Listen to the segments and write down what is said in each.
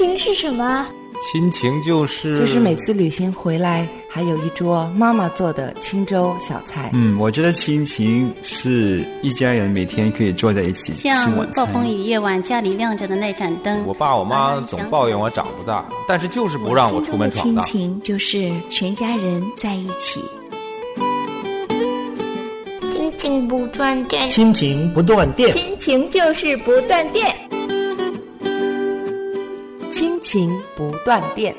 情是什么？ 亲情就是每次旅行回来还有一桌妈妈做的清粥小菜。 我觉得亲情是一家人每天可以坐在一起吃晚餐。 像暴风雨夜晚家里亮着的那盏灯， 我爸我妈总抱怨我长不大，但是就是不让我出门闯荡。 亲情就是全家人在一起。亲情不断电， 亲情不断电， 亲情就是不断电， 亲情不断电。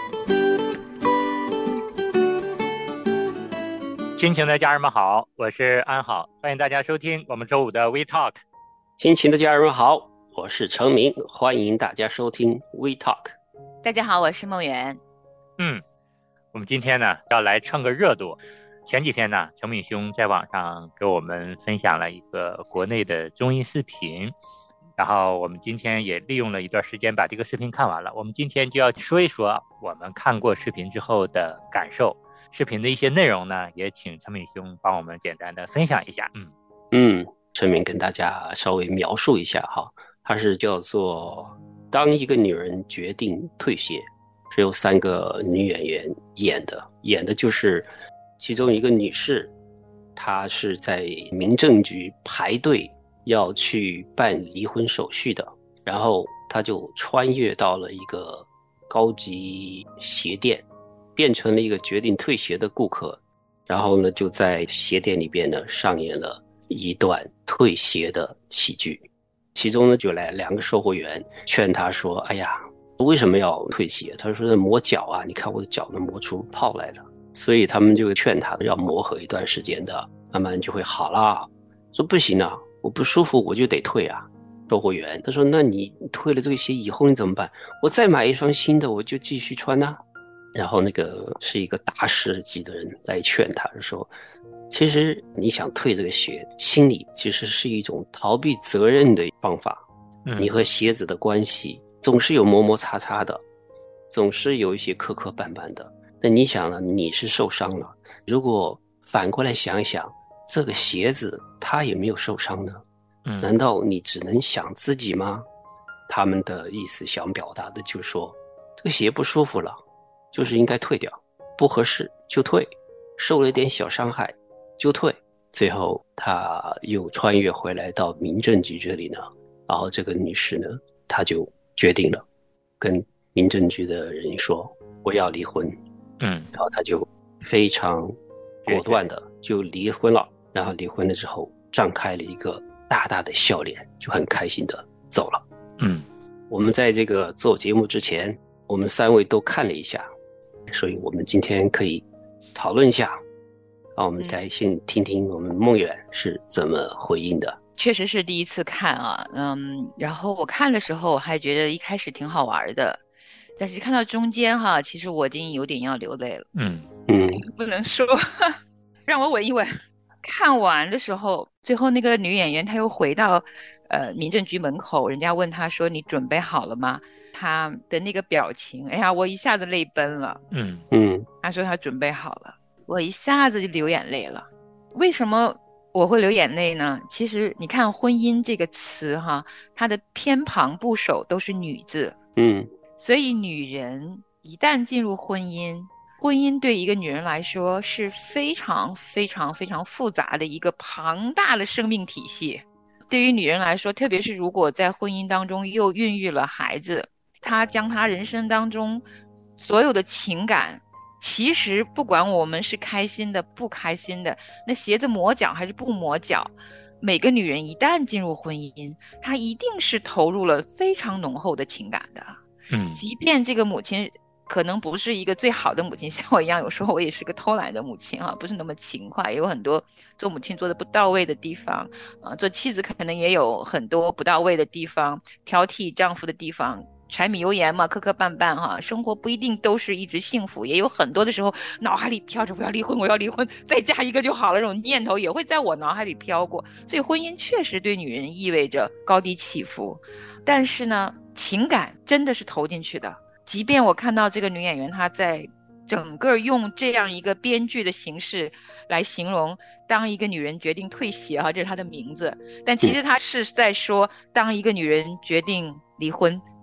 亲情的家人们好，我是安好，欢迎大家收听我们周五的 We Talk。 亲情的家人们好，我是程明，欢迎大家收听 We Talk。 大家好，我是梦圆。 我们今天呢要来蹭个热度。前几天呢，程敏兄在网上给我们分享了一个国内的综艺视频，然后我们今天也利用了一段时间把这个视频看完了。我们今天就要说一说我们看过视频之后的感受，视频的一些内容呢，也请程敏兄帮我们简单的分享一下。 程敏跟大家稍微描述一下哈，它是叫做当一个女人决定退鞋，是由3个女演员演的就是其中一个女士，她是在民政局排队要去办离婚手续的，然后她就穿越到了一个高级鞋店，变成了一个决定退鞋的顾客，然后呢就在鞋店里边呢上演了一段退鞋的喜剧。其中呢就来2个售货员劝她说，哎呀，为什么要退鞋？她说磨脚啊，你看我的脚能磨出泡来的。所以他们就劝她要磨合一段时间的，慢慢就会好啦。说不行啊，我不舒服我就得退啊。售货员他说，那你退了这个鞋以后你怎么办？我再买一双新的我就继续穿啊。然后那个是一个大师级的人来劝他说，其实你想退这个鞋，心里其实是一种逃避责任的方法。你和鞋子的关系总是有摩摩擦擦的，总是有一些磕磕绊绊的。那你想呢，你是受伤了，如果反过来想一想，这个鞋子它也没有受伤呢，难道你只能想自己吗？他们的意思想表达的就是说，这个鞋不舒服了，就是应该退掉，不合适就退，受了点小伤害就退。最后他又穿越回来到民政局这里呢，然后这个女士呢，她就决定了跟民政局的人说，我要离婚。然后他就非常果断的就离婚了，然后离婚了之后张开了一个大大的笑脸，就很开心的走了。我们在这个做节目之前，我们3位都看了一下，所以我们今天可以讨论一下。我们再先听听我们梦远是怎么回应的。 确实是第一次看啊，然后我看的时候我还觉得一开始挺好玩的，但是看到中间哈，其实我已经有点要流泪了。不能说，让我稳一稳。看完的时候，最后那个女演员她又回到民政局门口，人家问她说，你准备好了吗？她的那个表情，哎呀，我一下子泪奔了。她说她准备好了，我一下子就流眼泪了。为什么我会流眼泪呢？其实你看婚姻这个词哈，它的偏旁部首都是女字。所以女人一旦进入婚姻，婚姻对一个女人来说是非常非常非常复杂的一个庞大的生命体系。对于女人来说，特别是如果在婚姻当中又孕育了孩子，她将她人生当中所有的情感，其实不管我们是开心的不开心的，那鞋子磨脚还是不磨脚，每个女人一旦进入婚姻，她一定是投入了非常浓厚的情感的。即便这个母亲可能不是一个最好的母亲，像我一样有时候我也是个偷懒的母亲不是那么勤快，也有很多做母亲做的不到位的地方做妻子可能也有很多不到位的地方，挑剔丈夫的地方，柴米油盐嘛，磕磕绊绊生活不一定都是一直幸福，也有很多的时候脑海里飘着我要离婚我要离婚，再嫁一个就好了，这种念头也会在我脑海里飘过。所以婚姻确实对女人意味着高低起伏，但是呢情感真的是投进去的。即便我看到这个女演员她在整个用这样一个编剧的形式来形容当一个女人决定退鞋这是她的名字，但其实她是在说当一个女人决定离婚，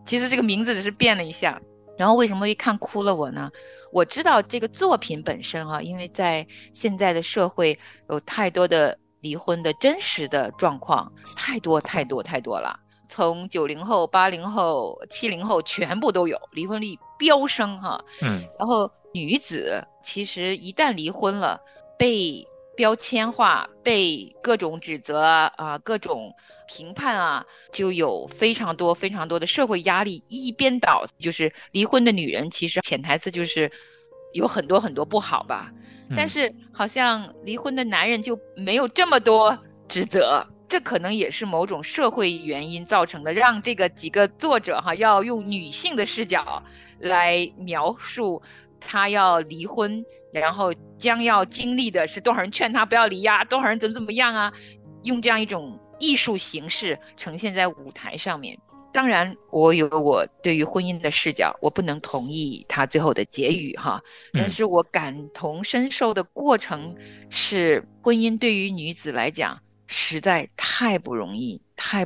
其实这个名字只是变了一下。然后为什么会看哭了我呢？我知道这个作品本身因为在现在的社会有太多的离婚的真实的状况，太多了。从90后、80后、70后全部都有，离婚率飙升然后女子其实一旦离婚了，被标签化，被各种指责各种评判就有非常多的社会压力一边倒。就是离婚的女人其实潜台词就是有很多不好吧，但是好像离婚的男人就没有这么多指责。这可能也是某种社会原因造成的，让这个几个作者要用女性的视角来描述他要离婚，然后将要经历的是多少人劝他不要离多少人怎么样用这样一种艺术形式呈现在舞台上面。当然我有我对于婚姻的视角，我不能同意他最后的结语但是我感同身受的过程是，婚姻对于女子来讲实在太不容易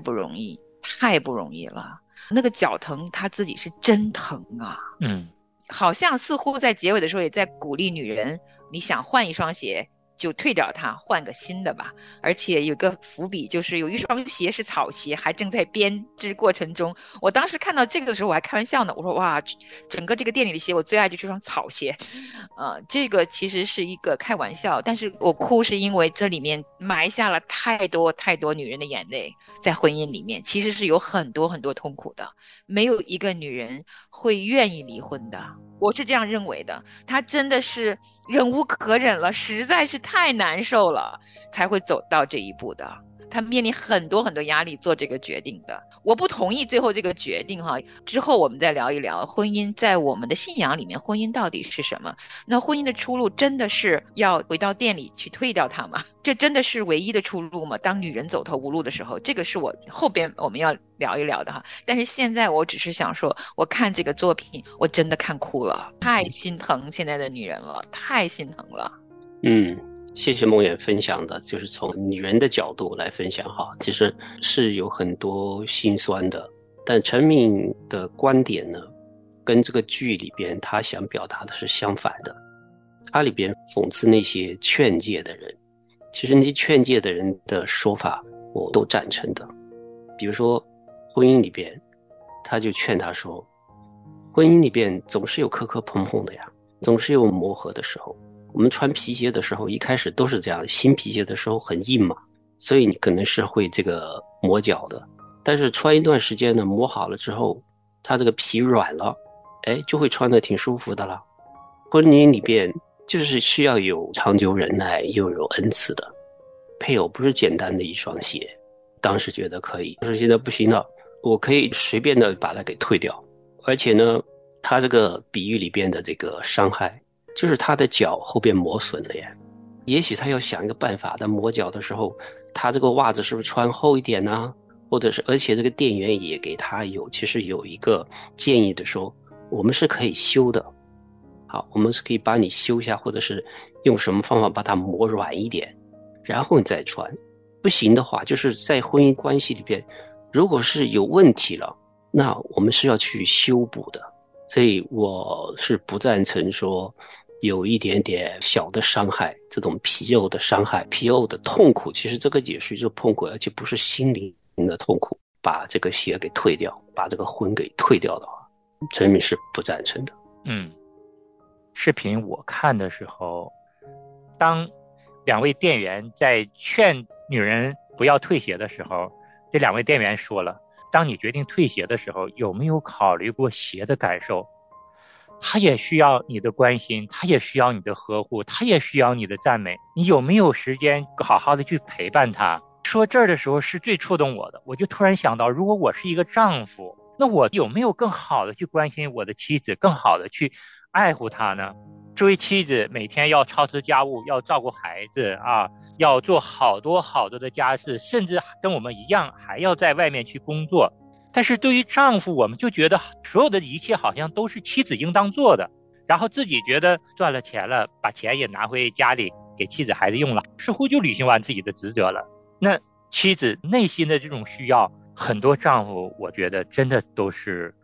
了。那个脚疼他自己是真疼好像似乎在结尾的时候也在鼓励女人，你想换一双鞋就退掉它，换个新的吧。而且有个伏笔，就是有一双鞋是草鞋，还正在编织过程中。我当时看到这个的时候我还开玩笑呢，我说哇，整个这个店里的鞋我最爱就是双草鞋这个其实是一个开玩笑，但是我哭是因为这里面埋下了太多女人的眼泪。在婚姻里面其实是有很多痛苦的，没有一个女人会愿意离婚的，我是这样认为的。她真的是忍无可忍了，实在是太难受了才会走到这一步的。她面临很多压力做这个决定的。我不同意最后这个决定之后我们再聊一聊婚姻在我们的信仰里面，婚姻到底是什么。那婚姻的出路真的是要回到店里去退掉它吗？这真的是唯一的出路吗？当女人走投无路的时候，这个是我后边我们要聊一聊的但是现在我只是想说，我看这个作品我真的看哭了，太心疼现在的女人了，太心疼了。 谢谢梦远分享的，就是从女人的角度来分享其实是有很多心酸的。但陈敏的观点呢，跟这个剧里边他想表达的是相反的。他里边讽刺那些劝诫的人，其实那些劝诫的人的说法我都赞成的。比如说婚姻里边，他就劝他说，婚姻里边总是有磕磕碰碰的呀，总是有磨合的时候。我们穿皮鞋的时候一开始都是这样，新皮鞋的时候很硬嘛，所以你可能是会这个磨脚的。但是穿一段时间呢，磨好了之后，它这个皮软了，就会穿得挺舒服的了。婚姻里边就是需要有长久忍耐又有恩慈的。配偶不是简单的一双鞋，当时觉得可以，但是现在不行了，我可以随便的把它给退掉。而且呢，他这个比喻里边的这个伤害就是他的脚后边磨损了耶。也许他要想一个办法，在磨脚的时候，他这个袜子是不是穿厚一点呢？或者是，而且这个店员也给他其实有一个建议的说，我们是可以修的。好，我们是可以把你修一下，或者是用什么方法把它磨软一点，然后你再穿。不行的话，就是在婚姻关系里边，如果是有问题了，那我们是要去修补的。所以我是不赞成说有一点点小的伤害，这种皮肉的伤害，皮肉的痛苦，其实这个也是就是痛苦，而且不是心灵的痛苦。把这个鞋给退掉，把这个婚给退掉的话，陈敏是不赞成的。 视频我看的时候，当两位店员在劝女人不要退鞋的时候，这两位店员说了，当你决定退鞋的时候，有没有考虑过鞋的感受？他也需要你的关心，他也需要你的呵护，他也需要你的赞美。你有没有时间好好的去陪伴他？说这儿的时候是最触动我的，我就突然想到，如果我是一个丈夫，那我有没有更好的去关心我的妻子，更好的去爱护她呢？作为妻子，每天要操持家务，要照顾孩子要做好多的家事，甚至跟我们一样还要在外面去工作。但是对于丈夫，我们就觉得所有的一切好像都是妻子应当做的，然后自己觉得赚了钱了，把钱也拿回家里给妻子孩子用了，似乎就履行完自己的职责了。那妻子内心的这种需要，很多丈夫我觉得真的都是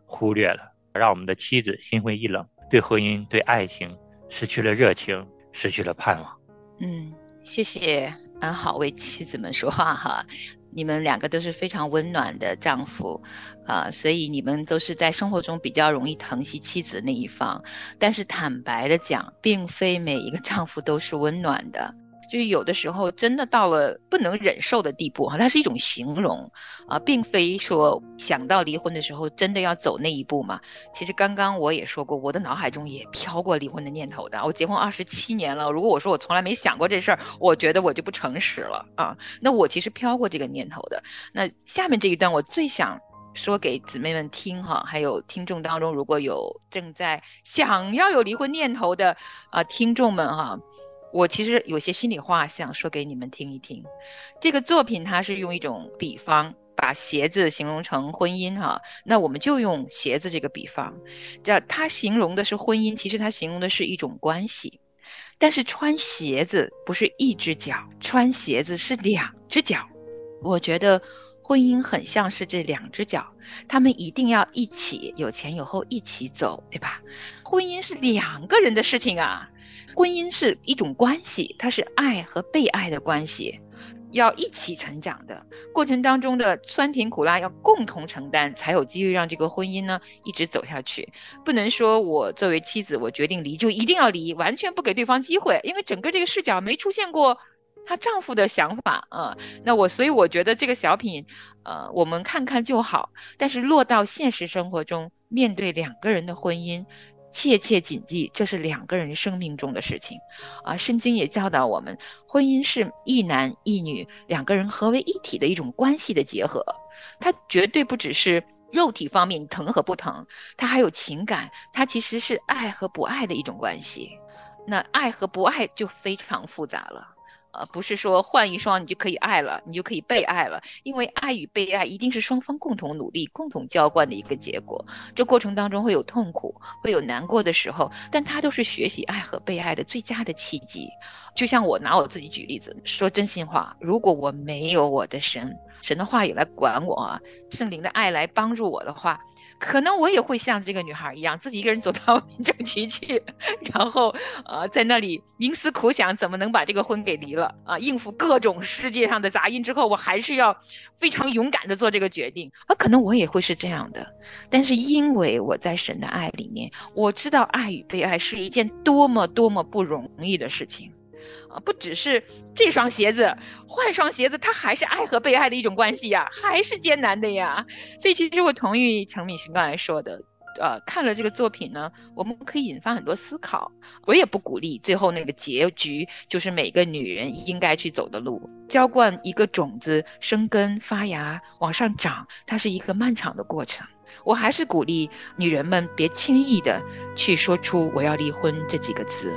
忽略了，让我们的妻子心灰意冷，对婚姻对爱情失去了热情，失去了盼望。 谢谢安好为妻子们说话哈，你们两个都是非常温暖的丈夫所以你们都是在生活中比较容易疼惜妻子那一方，但是坦白的讲，并非每一个丈夫都是温暖的，就是有的时候真的到了不能忍受的地步它是一种形容并非说想到离婚的时候真的要走那一步嘛。其实刚刚我也说过，我的脑海中也飘过离婚的念头的，我结婚27年了，如果我说我从来没想过这事儿，我觉得我就不诚实了那我其实飘过这个念头的。那下面这一段我最想说给姊妹们听还有听众当中如果有正在想要有离婚念头的听众们我其实有些心里话想说给你们听一听。这个作品它是用一种比方把鞋子形容成婚姻那我们就用鞋子这个比方，它形容的是婚姻，其实它形容的是一种关系。但是穿鞋子不是一只脚，穿鞋子是2只脚。我觉得婚姻很像是这2只脚，他们一定要一起有前有后一起走，对吧？婚姻是2个人的事情婚姻是一种关系，它是爱和被爱的关系，要一起成长的，过程当中的酸甜苦辣要共同承担，才有机会让这个婚姻呢一直走下去。不能说我作为妻子我决定离就一定要离，完全不给对方机会，因为整个这个视角没出现过她丈夫的想法所以我觉得这个小品我们看看就好，但是落到现实生活中，面对2个人的婚姻，切切谨记，这是2个人生命中的事情圣经也教导我们，婚姻是一男一女2个人合为一体的一种关系的结合，它绝对不只是肉体方面疼和不疼，它还有情感，它其实是爱和不爱的一种关系。那爱和不爱就非常复杂了不是说换一双你就可以爱了，你就可以被爱了，因为爱与被爱一定是双方共同努力共同浇灌的一个结果，这过程当中会有痛苦，会有难过的时候，但它都是学习爱和被爱的最佳的契机。就像我拿我自己举例子，说真心话，如果我没有我的神的话语来管我圣灵的爱来帮助我的话，可能我也会像这个女孩一样，自己一个人走到民政局去，然后在那里冥思苦想怎么能把这个婚给离了应付各种世界上的杂音之后，我还是要非常勇敢的做这个决定可能我也会是这样的。但是因为我在神的爱里面，我知道爱与被爱是一件多么多么不容易的事情不只是这双鞋子换双鞋子，它还是爱和被爱的一种关系还是艰难的呀。所以其实我同意程敏生刚才说的看了这个作品呢，我们可以引发很多思考。我也不鼓励最后那个结局就是每个女人应该去走的路，浇灌一个种子生根发芽往上长，它是一个漫长的过程。我还是鼓励女人们别轻易的去说出我要离婚这几个字。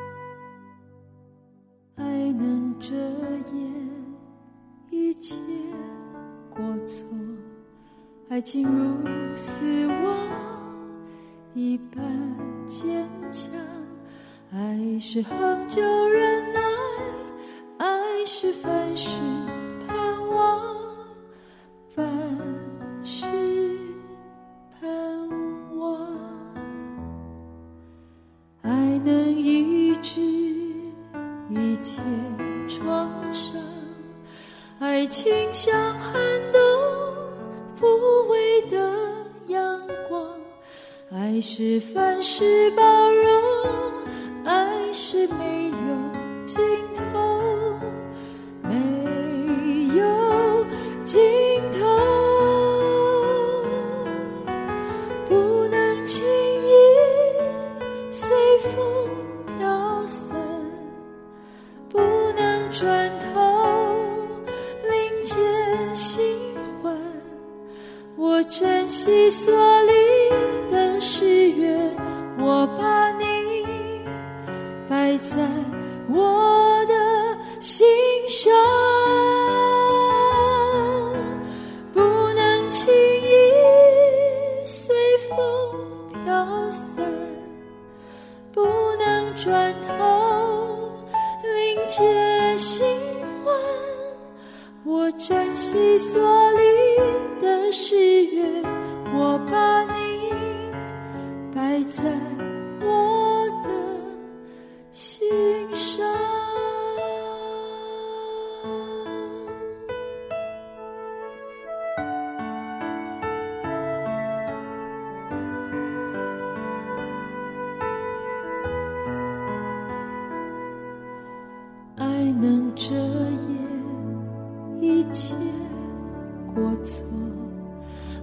爱能遮掩一切过错，爱情如死亡一般坚强，爱是恒久忍耐，爱是凡事盼望，凡事盼望，爱能医治一切创伤，爱情像寒冬抚慰的阳光，爱是凡事包容，爱是没有尽头，没有尽头，不能轻易随风飘散，不能转头另结新欢，我珍惜所立的誓约，我把你摆在我的心上，不能轻易随风飘散，不能转头另结新欢，我珍惜所立的誓约，我把你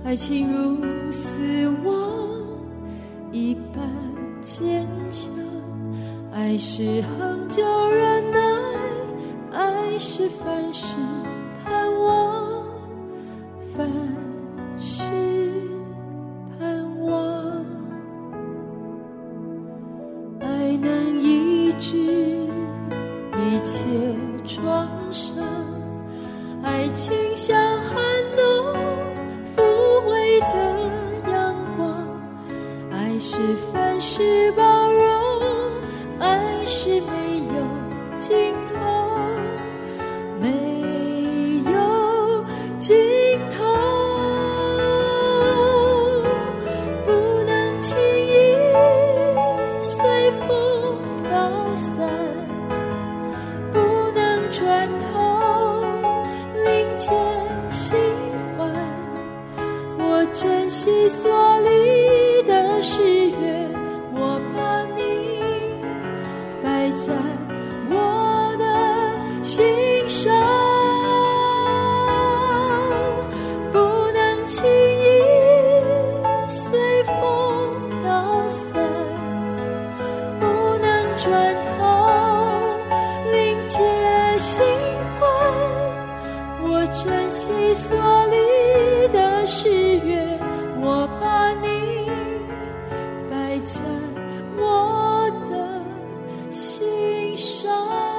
爱情如死亡一般坚强，爱是恒久忍耐，爱是凡事盼望，凡事盼望。爱能医治一切创伤，爱情像寒冬抚慰的阳光，爱是凡事包容，爱是没有尽头，没有尽头，不能轻易随风飘散，不能转头另结新欢。我珍惜所立的誓约，我把你摆在我的心上，不能轻易随风飘散，不能转头另结新欢。我珍惜所立的誓约，我把你摆在我的心上。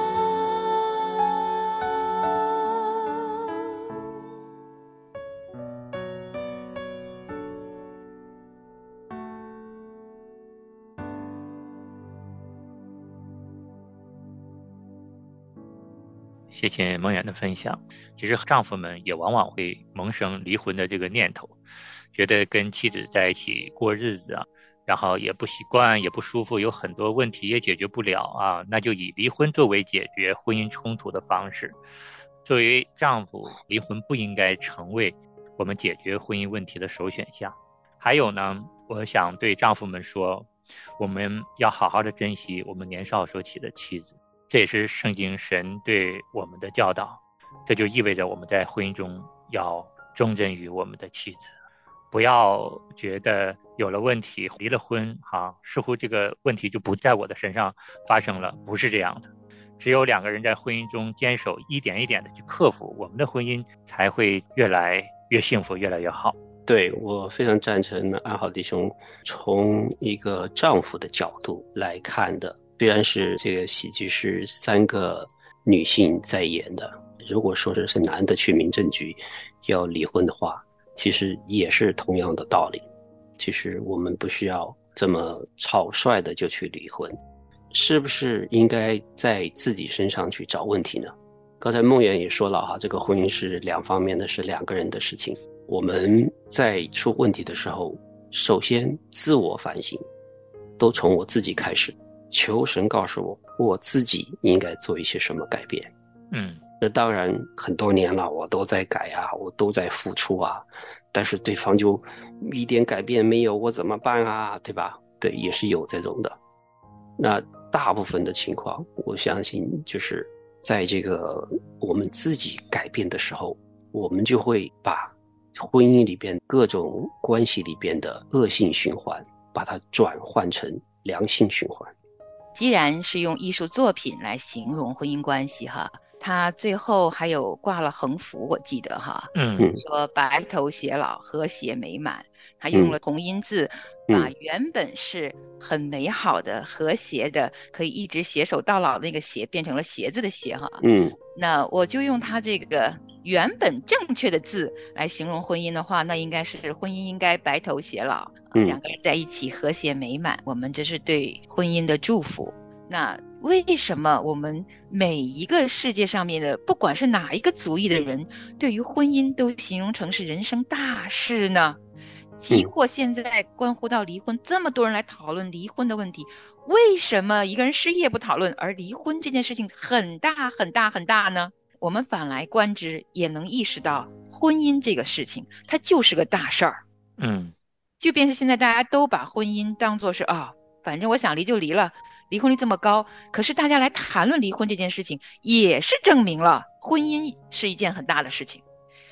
谢谢梦远的分享。其实丈夫们也往往会萌生离婚的这个念头，觉得跟妻子在一起过日子啊，然后也不习惯，也不舒服，有很多问题也解决不了啊，那就以离婚作为解决婚姻冲突的方式。作为丈夫，离婚不应该成为我们解决婚姻问题的首选项。还有呢，我想对丈夫们说，我们要好好的珍惜我们年少时起的妻子，这也是圣经神对我们的教导。这就意味着我们在婚姻中要忠贞于我们的妻子，不要觉得有了问题离了婚似乎这个问题就不在我的身上发生了，不是这样的。只有两个人在婚姻中坚守，一点一点的去克服，我们的婚姻才会越来越幸福，越来越好。 对，我非常赞成安好弟兄从一个丈夫的角度来看的。虽然是这个喜剧是3个女性在演的，如果说是男的去民政局要离婚的话，其实也是同样的道理。其实我们不需要这么草率的就去离婚，是不是应该在自己身上去找问题呢？刚才梦圆也说了这个婚姻是2方面的，是2个人的事情。我们在出问题的时候，首先自我反省，都从我自己开始，求神告诉我，我自己应该做一些什么改变。那当然很多年了，我都在改啊，我都在付出啊，但是对方就一点改变没有，我怎么办啊？对吧？对，也是有这种的。那大部分的情况，我相信就是在这个我们自己改变的时候，我们就会把婚姻里边各种关系里边的恶性循环，把它转换成良性循环。 既然是用艺术作品来形容婚姻关系他最后还有挂了横幅，我记得说白头偕老，和谐美满。他用了同音字，把原本是很美好的、和谐的，可以一直携手到老的那个鞋，变成了鞋子的鞋那我就用他这个原本正确的字来形容婚姻的话，那应该是婚姻应该白头偕老，2个人在一起和谐美满，我们这是对婚姻的祝福。那为什么我们每一个世界上面的不管是哪一个族裔的人，对于婚姻都形容成是人生大事呢？即或现在关乎到离婚，这么多人来讨论离婚的问题，为什么一个人失业不讨论，而离婚这件事情很大很大很大呢？我们反来观之，也能意识到婚姻这个事情它就是个大事儿。就便是现在大家都把婚姻当作是反正我想离就离了，离婚率这么高，可是大家来谈论离婚这件事情，也是证明了婚姻是一件很大的事情。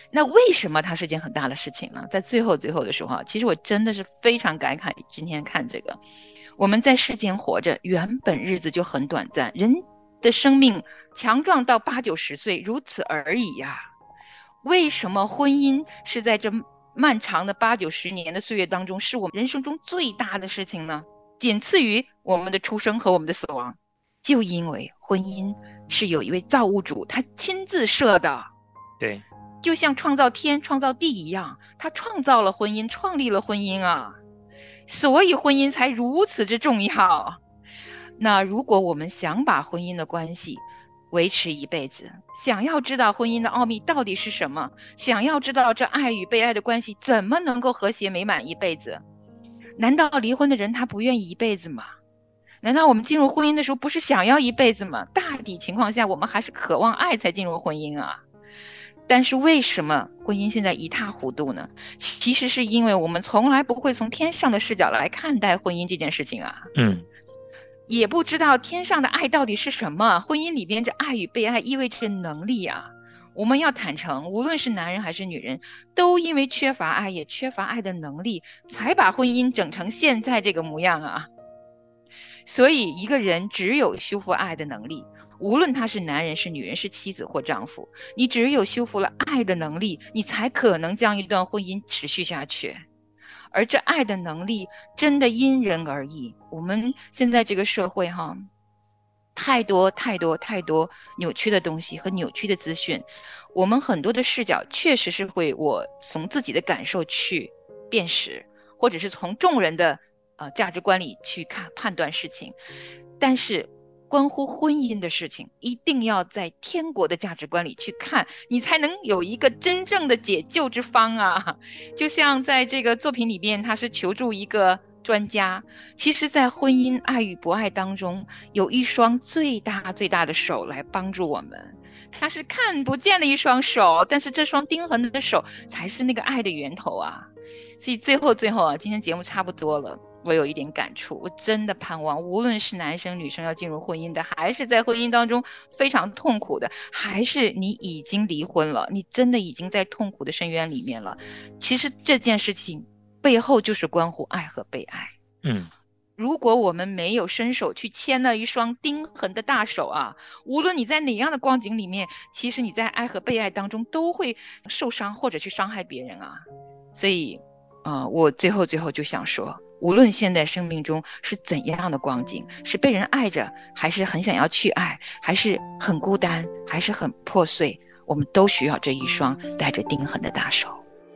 那为什么它是件很大的事情呢？在最后的时候，其实我真的是非常感慨，今天看这个，我们在世间活着，原本日子就很短暂，人的生命强壮到80-90岁，如此而已呀。为什么婚姻是在这漫长的80-90年的岁月当中，是我们人生中最大的事情呢？仅次于我们的出生和我们的死亡，就因为婚姻是有一位造物主他亲自设的。 对， 就像创造天创造地一样，他创造了婚姻，创立了婚姻啊，所以婚姻才如此之重要。那如果我们想把婚姻的关系维持一辈子，想要知道婚姻的奥秘到底是什么，想要知道这爱与被爱的关系怎么能够和谐美满一辈子，难道离婚的人他不愿意一辈子吗？难道我们进入婚姻的时候不是想要一辈子吗？大抵情况下我们还是渴望爱才进入婚姻啊。但是为什么婚姻现在一塌糊涂呢？其实是因为我们从来不会从天上的视角来看待婚姻这件事情啊。也不知道天上的爱到底是什么。婚姻里边这爱与被爱意味着能力啊。我们要坦诚，无论是男人还是女人，都因为缺乏爱也缺乏爱的能力，才把婚姻整成现在这个模样啊。所以一个人只有修复爱的能力，无论他是男人是女人是妻子或丈夫，你只有修复了爱的能力，你才可能将一段婚姻持续下去。而这爱的能力真的因人而异。我们现在这个社会太多扭曲的东西和扭曲的资讯，我们很多的视角确实是会我从自己的感受去辨识，或者是从众人的价值观里去判断事情。但是关乎婚姻的事情一定要在天国的价值观里去看，你才能有一个真正的解救之方啊。就像在这个作品里边，他是求助一个专家，其实在婚姻爱与不爱当中，有一双最大的手来帮助我们。它是看不见的一双手，但是这双钉痕的手才是那个爱的源头啊。所以最后啊，今天节目差不多了，我有一点感触，我真的盼望无论是男生女生要进入婚姻的，还是在婚姻当中非常痛苦的，还是你已经离婚了，你真的已经在痛苦的深渊里面了，其实这件事情背后就是关乎爱和被爱。如果我们没有伸手去牵了一双钉痕的大手啊，无论你在哪样的光景里面，其实你在爱和被爱当中都会受伤或者去伤害别人啊。所以我最后就想说，无论现在生命中是怎样的光景，是被人爱着，还是很想要去爱，还是很孤单，还是很破碎，我们都需要这一双带着钉痕的大手。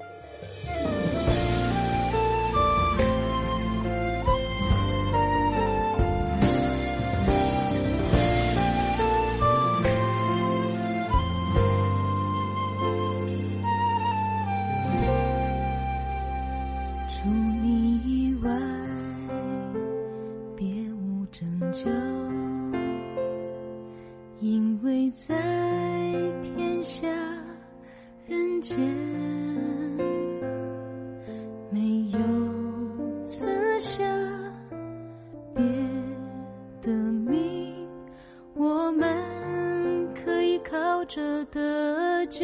因为在天下人间没有赐下别的名，我们可以靠着得救。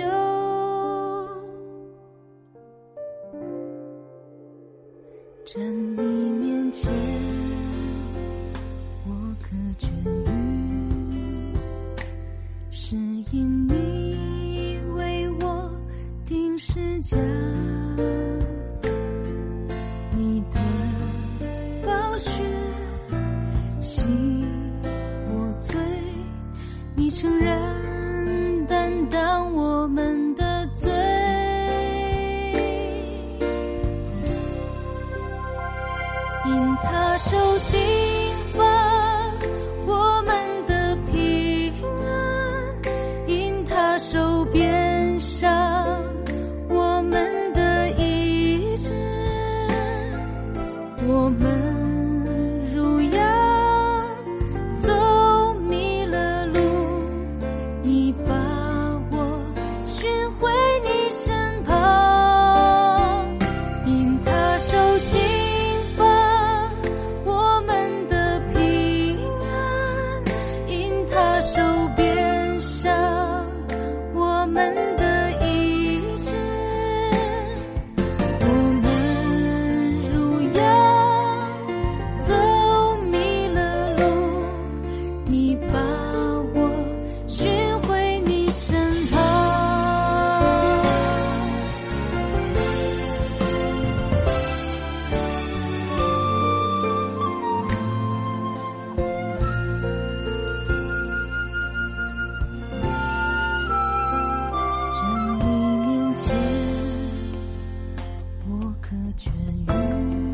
真理面前我可痊愈，是因你为我定十架，你的宝血洗我罪，你承认担当我们的罪，因他受刑罚我们的平安，因他受鞭伤我们的医治，我们如羊走迷了路，你把我寻回你身旁，因他受刑罚我们可痊愈，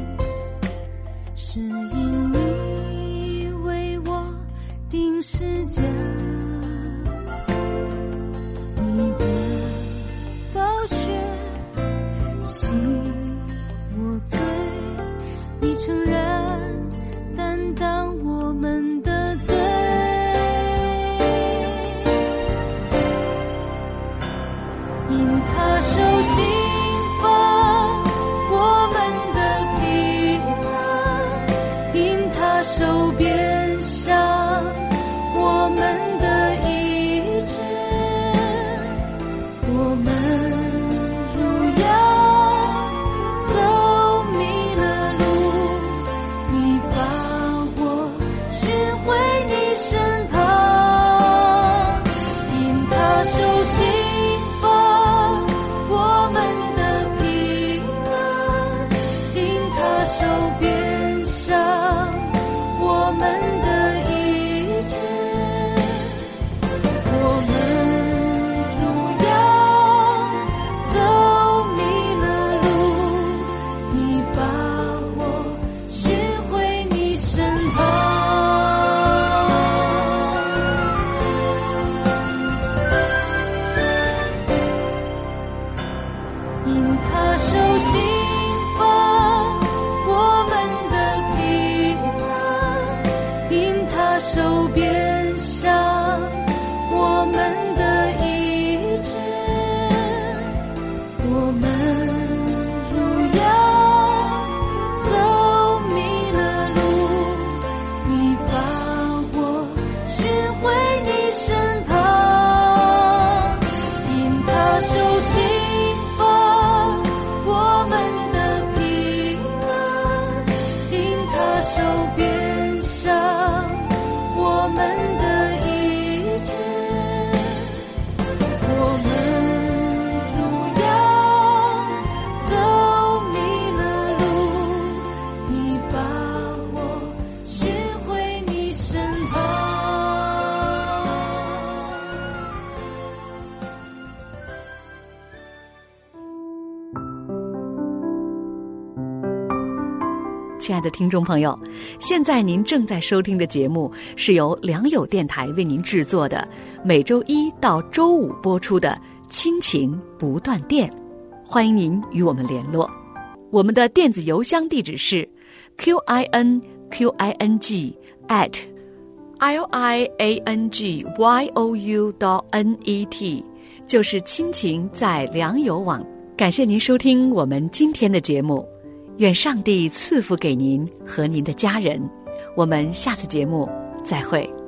是因你为我定时价，你的宝血洗我罪，你承认担当我们的罪，因他受刑罚我们的平安，因他受鞭伤我们的医治，我们如羊走迷了路，你把我寻回你身旁，因他受刑罚我们的平安，因他受鞭伤我们的医治，我们如羊走迷了路，你把我寻回你身旁，因他受刑罚我们的平安，因他受鞭伤我们的医治，我们如羊走迷了路，你把我寻回你身旁，因他受刑罚我们的平安，因他受鞭伤我们的医治，我们如羊走迷了路，你把我寻回你身旁。 亲爱的听众朋友，现在您正在收听的节目是由良友电台为您制作的，每周一到周五播出的亲情不断电，欢迎您与我们联络。我们的电子邮箱地址是 QINQING@liangyou.net， 就是亲情在良友网。感谢您收听我们今天的节目，愿上帝赐福给您和您的家人，我们下次节目再会。